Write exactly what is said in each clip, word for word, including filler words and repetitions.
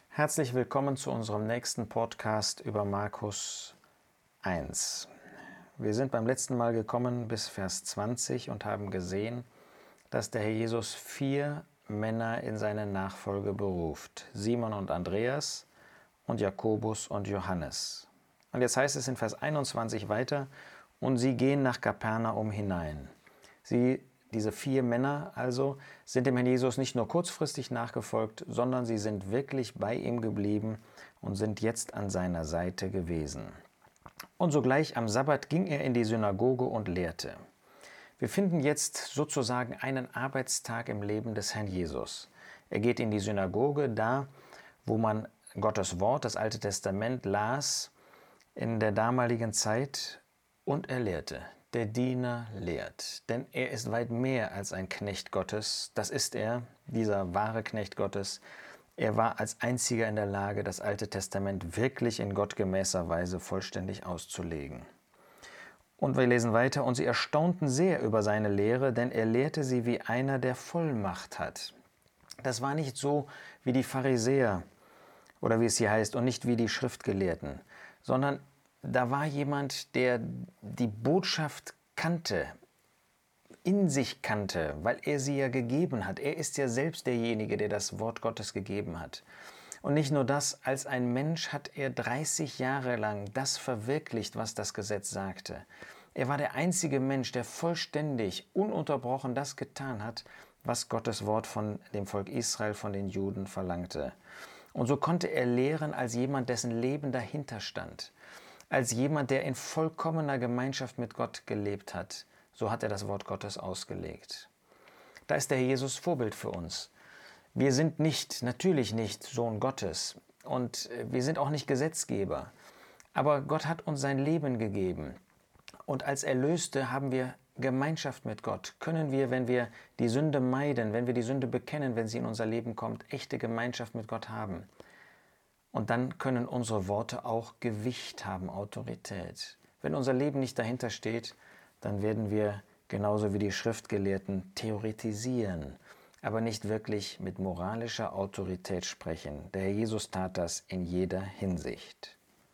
Herzlich willkommen zu unserem nächsten Podcast über Markus eins. Wir sind beim letzten Mal gekommen bis Vers zwanzig und haben gesehen, dass der Herr Jesus vier Männer in seine Nachfolge beruft: Simon und Andreas und Jakobus und Johannes. Und jetzt heißt es in Vers einundzwanzig weiter: Und sie gehen nach Kapernaum hinein. Sie Diese vier Männer also sind dem Herrn Jesus nicht nur kurzfristig nachgefolgt, sondern sie sind wirklich bei ihm geblieben und sind jetzt an seiner Seite gewesen. Und sogleich am Sabbat ging er in die Synagoge und lehrte. Wir finden jetzt sozusagen einen Arbeitstag im Leben des Herrn Jesus. Er geht in die Synagoge, da wo man Gottes Wort, das Alte Testament, las in der damaligen Zeit, und er lehrte. Der Diener lehrt, denn er ist weit mehr als ein Knecht Gottes. Das ist er, dieser wahre Knecht Gottes. Er war als einziger in der Lage, das Alte Testament wirklich in gottgemäßer Weise vollständig auszulegen. Und wir lesen weiter: Und sie erstaunten sehr über seine Lehre, denn er lehrte sie wie einer, der Vollmacht hat. Das war nicht so wie die Pharisäer oder wie es hier heißt und nicht wie die Schriftgelehrten, sondern da war jemand, der die Botschaft kannte, in sich kannte, weil er sie ja gegeben hat. Er ist ja selbst derjenige, der das Wort Gottes gegeben hat. Und nicht nur das, als ein Mensch hat er dreißig Jahre lang das verwirklicht, was das Gesetz sagte. Er war der einzige Mensch, der vollständig, ununterbrochen das getan hat, was Gottes Wort von dem Volk Israel, von den Juden verlangte. Und so konnte er lehren als jemand, dessen Leben dahinter stand. Als jemand, der in vollkommener Gemeinschaft mit Gott gelebt hat. So hat er das Wort Gottes ausgelegt. Da ist der Herr Jesus Vorbild für uns. Wir sind nicht, natürlich nicht Sohn Gottes und wir sind auch nicht Gesetzgeber. Aber Gott hat uns sein Leben gegeben. Und als Erlöste haben wir Gemeinschaft mit Gott. Können wir, wenn wir die Sünde meiden, wenn wir die Sünde bekennen, wenn sie in unser Leben kommt, echte Gemeinschaft mit Gott haben. Und dann können unsere Worte auch Gewicht haben, Autorität. Wenn unser Leben nicht dahinter steht, dann werden wir genauso wie die Schriftgelehrten theoretisieren, aber nicht wirklich mit moralischer Autorität sprechen. Der Herr Jesus tat das in jeder Hinsicht.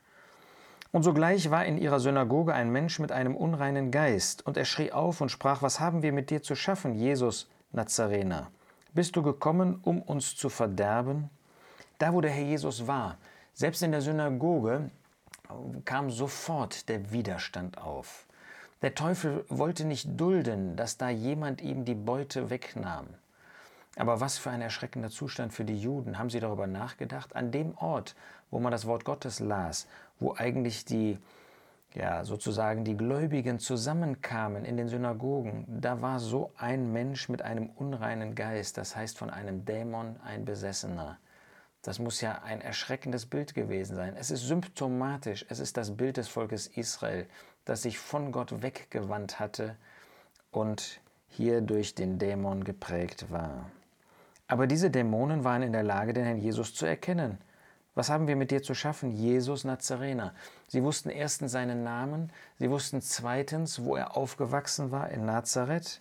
Und sogleich war in ihrer Synagoge ein Mensch mit einem unreinen Geist, und er schrie auf und sprach: Was haben wir mit dir zu schaffen, Jesus Nazarener? Bist du gekommen, um uns zu verderben? Da, wo der Herr Jesus war, selbst in der Synagoge, kam sofort der Widerstand auf. Der Teufel wollte nicht dulden, dass da jemand ihm die Beute wegnahm. Aber was für ein erschreckender Zustand für die Juden. Haben sie darüber nachgedacht? An dem Ort, wo man das Wort Gottes las, wo eigentlich die, ja, sozusagen die Gläubigen zusammenkamen in den Synagogen, da war so ein Mensch mit einem unreinen Geist, das heißt von einem Dämon ein Besessener. Das muss ja ein erschreckendes Bild gewesen sein. Es ist symptomatisch, es ist das Bild des Volkes Israel, das sich von Gott weggewandt hatte und hier durch den Dämon geprägt war. Aber diese Dämonen waren in der Lage, den Herrn Jesus zu erkennen. Was haben wir mit dir zu schaffen, Jesus Nazarener? Sie wussten erstens seinen Namen, sie wussten zweitens, wo er aufgewachsen war, in Nazareth.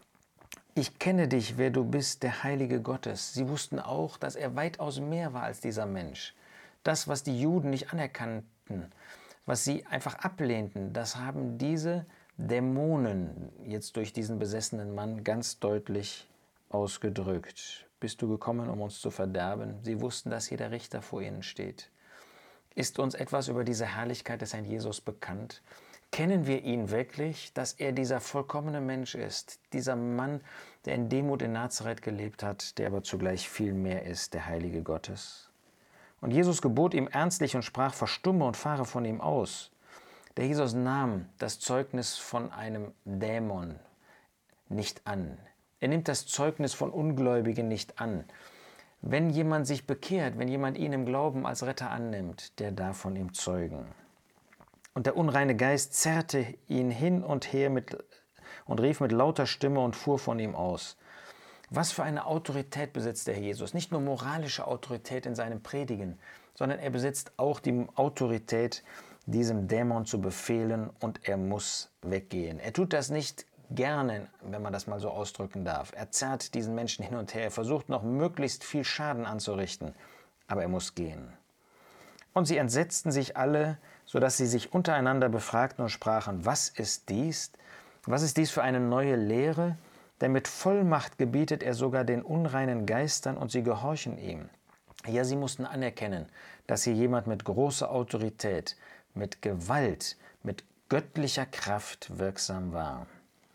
Ich kenne dich, wer du bist, der Heilige Gottes. Sie wussten auch, dass er weitaus mehr war als dieser Mensch. Das, was die Juden nicht anerkannten, was sie einfach ablehnten, das haben diese Dämonen jetzt durch diesen besessenen Mann ganz deutlich ausgedrückt. Bist du gekommen, um uns zu verderben? Sie wussten, dass hier der Richter vor ihnen steht. Ist uns etwas über diese Herrlichkeit des Herrn Jesus bekannt? Kennen wir ihn wirklich, dass er dieser vollkommene Mensch ist, dieser Mann, der in Demut in Nazareth gelebt hat, der aber zugleich viel mehr ist, der Heilige Gottes? Und Jesus gebot ihm ernstlich und sprach: Verstumme und fahre von ihm aus. Der Jesus nahm das Zeugnis von einem Dämon nicht an. Er nimmt das Zeugnis von Ungläubigen nicht an. Wenn jemand sich bekehrt, wenn jemand ihn im Glauben als Retter annimmt, der darf von ihm zeugen. Und der unreine Geist zerrte ihn hin und her mit, und rief mit lauter Stimme und fuhr von ihm aus. Was für eine Autorität besitzt der Herr Jesus? Nicht nur moralische Autorität in seinem Predigen, sondern er besitzt auch die Autorität, diesem Dämon zu befehlen, und er muss weggehen. Er tut das nicht gerne, wenn man das mal so ausdrücken darf. Er zerrt diesen Menschen hin und her, er versucht noch möglichst viel Schaden anzurichten. aber er muss gehen. Und sie entsetzten sich alle, sodass sie sich untereinander befragten und sprachen, was ist dies? Was ist dies für eine neue Lehre? Denn mit Vollmacht gebietet er sogar den unreinen Geistern und sie gehorchen ihm. Ja, sie mussten anerkennen, dass hier jemand mit großer Autorität, mit Gewalt, mit göttlicher Kraft wirksam war.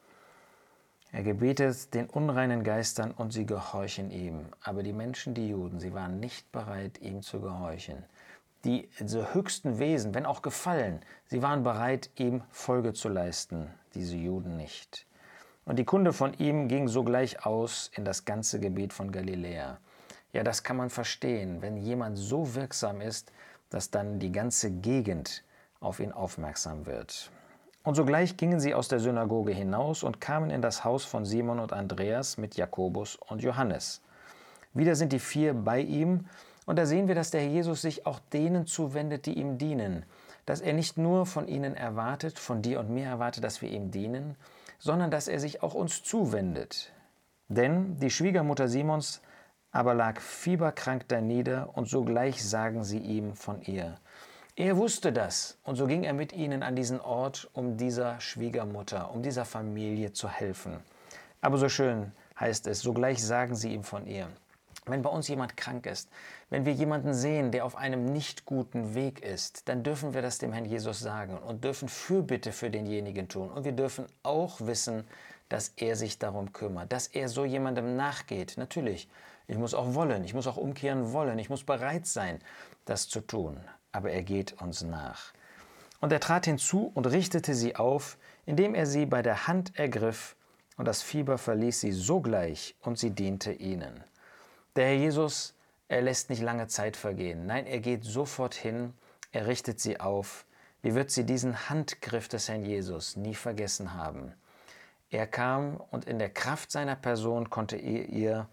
Er gebietet den unreinen Geistern und sie gehorchen ihm. Aber die Menschen, die Juden, sie waren nicht bereit, ihm zu gehorchen. Die so höchsten Wesen, wenn auch gefallen, sie waren bereit, ihm Folge zu leisten, diese Juden nicht. Und die Kunde von ihm ging sogleich aus in das ganze Gebiet von Galiläa. Ja, das kann man verstehen, wenn jemand so wirksam ist, dass dann die ganze Gegend auf ihn aufmerksam wird. Und sogleich gingen sie aus der Synagoge hinaus und kamen in das Haus von Simon und Andreas mit Jakobus und Johannes. Wieder sind die vier bei ihm, und da sehen wir, dass der Herr Jesus sich auch denen zuwendet, die ihm dienen. Dass er nicht nur von ihnen erwartet, von dir und mir erwartet, dass wir ihm dienen, sondern dass er sich auch uns zuwendet. Denn die Schwiegermutter Simons aber lag fieberkrank danieder, und sogleich sagen sie ihm von ihr. Er wusste das, und so ging er mit ihnen an diesen Ort, um dieser Schwiegermutter, um dieser Familie zu helfen. Aber so schön heißt es, sogleich sagen sie ihm von ihr. Wenn bei uns jemand krank ist, wenn wir jemanden sehen, der auf einem nicht guten Weg ist, dann dürfen wir das dem Herrn Jesus sagen und dürfen Fürbitte für denjenigen tun. Und wir dürfen auch wissen, dass er sich darum kümmert, dass er so jemandem nachgeht. Natürlich, ich muss auch wollen, ich muss auch umkehren wollen, ich muss bereit sein, das zu tun. Aber er geht uns nach. Und er trat hinzu und richtete sie auf, indem er sie bei der Hand ergriff, und das Fieber verließ sie sogleich, und sie diente ihnen. Der Herr Jesus, er lässt nicht lange Zeit vergehen. Nein, er geht sofort hin, er richtet sie auf. Wie wird sie diesen Handgriff des Herrn Jesus nie vergessen haben? Er kam, und in der Kraft seiner Person konnte er ihr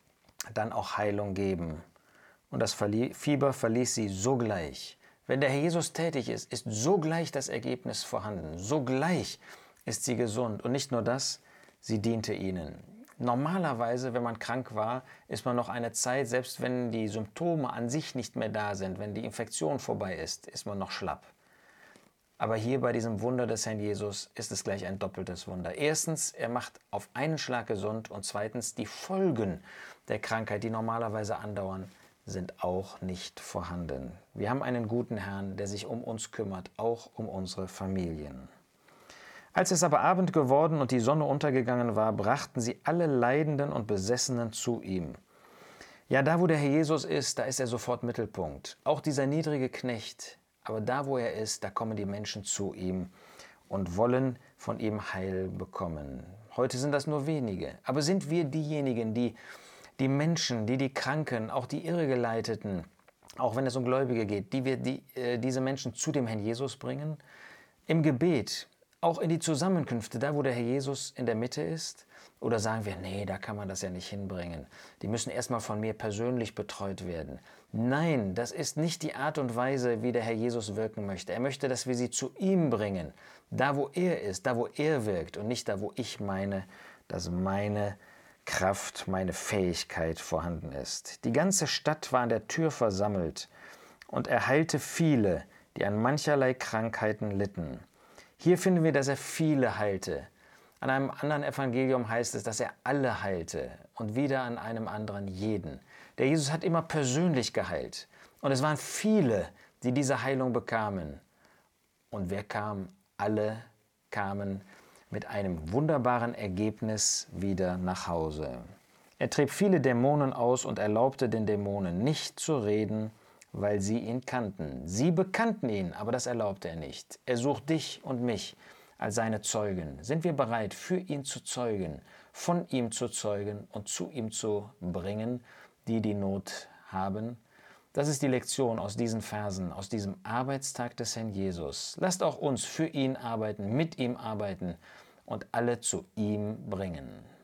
dann auch Heilung geben. Und das Fieber verließ sie sogleich. Wenn der Herr Jesus tätig ist, ist sogleich das Ergebnis vorhanden. Sogleich ist sie gesund. Und nicht nur das, sie diente ihnen. Normalerweise, wenn man krank war, ist man noch eine Zeit, selbst wenn die Symptome an sich nicht mehr da sind, wenn die Infektion vorbei ist, ist man noch schlapp. Aber hier bei diesem Wunder des Herrn Jesus ist es gleich ein doppeltes Wunder. Erstens, er macht auf einen Schlag gesund, und zweitens, die Folgen der Krankheit, die normalerweise andauern, sind auch nicht vorhanden. Wir haben einen guten Herrn, der sich um uns kümmert, auch um unsere Familien. Als es aber Abend geworden und die Sonne untergegangen war, brachten sie alle Leidenden und Besessenen zu ihm. Ja, da wo der Herr Jesus ist, da ist er sofort Mittelpunkt. Auch dieser niedrige Knecht, aber da wo er ist, da kommen die Menschen zu ihm und wollen von ihm Heil bekommen. Heute sind das nur wenige, aber sind wir diejenigen, die die Menschen, die die Kranken, auch die Irregeleiteten, auch wenn es um Gläubige geht, die wir die, äh, diese Menschen zu dem Herrn Jesus bringen, im Gebet, auch in die Zusammenkünfte, da wo der Herr Jesus in der Mitte ist? Oder sagen wir, nee, da kann man das ja nicht hinbringen. Die müssen erstmal von mir persönlich betreut werden. Nein, das ist nicht die Art und Weise, wie der Herr Jesus wirken möchte. Er möchte, dass wir sie zu ihm bringen, da wo er ist, da wo er wirkt, und nicht da, wo ich meine, dass meine Kraft, meine Fähigkeit vorhanden ist. Die ganze Stadt war an der Tür versammelt, und er heilte viele, die an mancherlei Krankheiten litten. Hier finden wir, dass er viele heilte. An einem anderen Evangelium heißt es, dass er alle heilte, und wieder an einem anderen jeden. Der Jesus hat immer persönlich geheilt, und es waren viele, die diese Heilung bekamen. Und wer kam? Alle kamen mit einem wunderbaren Ergebnis wieder nach Hause. Er trieb viele Dämonen aus und erlaubte den Dämonen nicht zu reden, weil sie ihn kannten. Sie bekannten ihn, aber das erlaubte er nicht. Er sucht dich und mich als seine Zeugen. Sind wir bereit, für ihn zu zeugen, von ihm zu zeugen und zu ihm zu bringen, die die Not haben? Das ist die Lektion aus diesen Versen, aus diesem Arbeitstag des Herrn Jesus. Lasst auch uns für ihn arbeiten, mit ihm arbeiten und alle zu ihm bringen.